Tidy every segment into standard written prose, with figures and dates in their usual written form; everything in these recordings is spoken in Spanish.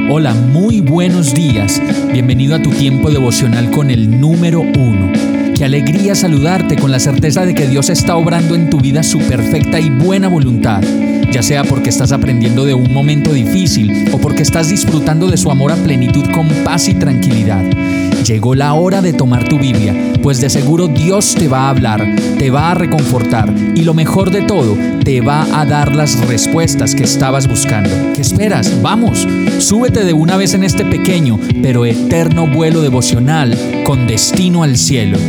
Hola, muy buenos días. Bienvenido a tu tiempo devocional con el número 1. Qué alegría saludarte con la certeza de que Dios está obrando en tu vida su perfecta y buena voluntad, ya sea porque estás aprendiendo de un momento difícil o porque estás disfrutando de su amor a plenitud con paz y tranquilidad. Llegó la hora de tomar tu Biblia, pues de seguro Dios te va a hablar, te va a reconfortar y lo mejor de todo, te va a dar las respuestas que estabas buscando. ¿Qué esperas? ¡Vamos! Súbete de una vez en este pequeño pero eterno vuelo devocional con destino al cielo.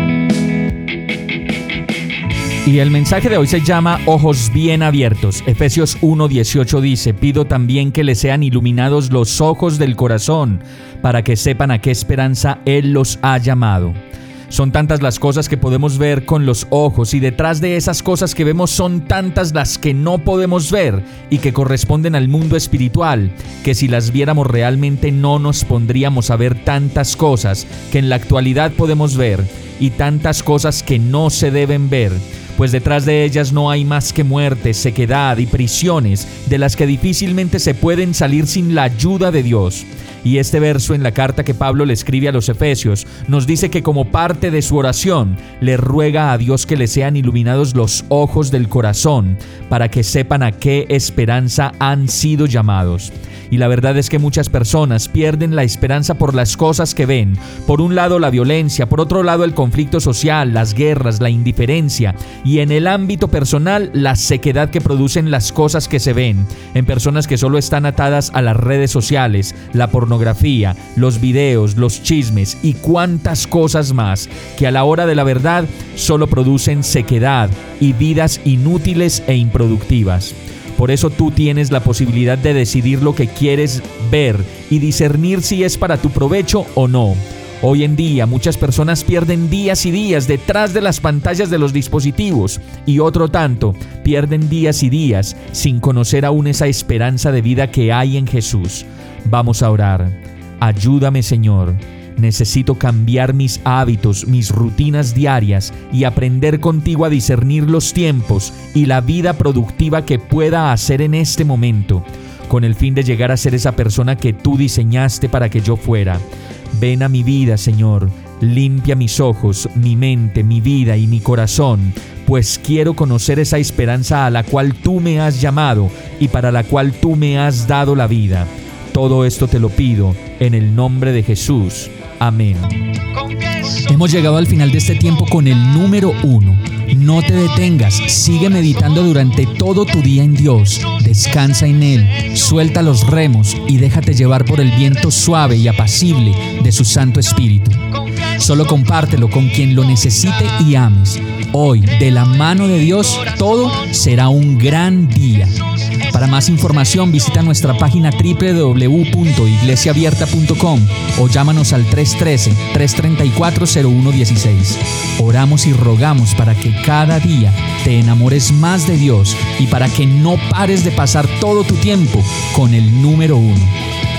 Y el mensaje de hoy se llama Ojos bien abiertos. Efesios 1:18 dice: pido también que les sean iluminados los ojos del corazón, para que sepan a qué esperanza Él los ha llamado. Son tantas las cosas que podemos ver con los ojos, y detrás de esas cosas que vemos son tantas las que no podemos ver y que corresponden al mundo espiritual, que si las viéramos realmente no nos pondríamos a ver tantas cosas que en la actualidad podemos ver y tantas cosas que no se deben ver. Pues detrás de ellas no hay más que muerte, sequedad y prisiones de las que difícilmente se pueden salir sin la ayuda de Dios. Y este verso en la carta que Pablo le escribe a los Efesios nos dice que como parte de su oración le ruega a Dios que le sean iluminados los ojos del corazón para que sepan a qué esperanza han sido llamados. Y la verdad es que muchas personas pierden la esperanza por las cosas que ven. Por un lado la violencia, por otro lado el conflicto social, las guerras, la indiferencia y en el ámbito personal la sequedad que producen las cosas que se ven en personas que solo están atadas a las redes sociales, la pornografía, los videos, los chismes y cuantas cosas más que a la hora de la verdad solo producen sequedad y vidas inútiles e improductivas. Por eso tú tienes la posibilidad de decidir lo que quieres ver y discernir si es para tu provecho o no. Hoy en día muchas personas pierden días y días detrás de las pantallas de los dispositivos y otro tanto pierden días y días sin conocer aún esa esperanza de vida que hay en Jesús. Vamos a orar. Ayúdame, Señor. Necesito cambiar mis hábitos, mis rutinas diarias y aprender contigo a discernir los tiempos y la vida productiva que pueda hacer en este momento, con el fin de llegar a ser esa persona que tú diseñaste para que yo fuera. Ven a mi vida, Señor, limpia mis ojos, mi mente, mi vida y mi corazón, pues quiero conocer esa esperanza a la cual tú me has llamado y para la cual tú me has dado la vida. Todo esto te lo pido en el nombre de Jesús. Amén. Hemos llegado al final de este tiempo con el número 1. No te detengas, sigue meditando durante todo tu día en Dios. Descansa en Él, suelta los remos y déjate llevar por el viento suave y apacible de su Santo Espíritu. Solo compártelo con quien lo necesite y ames. Hoy, de la mano de Dios, todo será un gran día. Para más información visita nuestra página www.iglesiaabierta.com o llámanos al 313-334-0116. Oramos y rogamos para que cada día te enamores más de Dios y para que no pares de pasar todo tu tiempo con el número 1.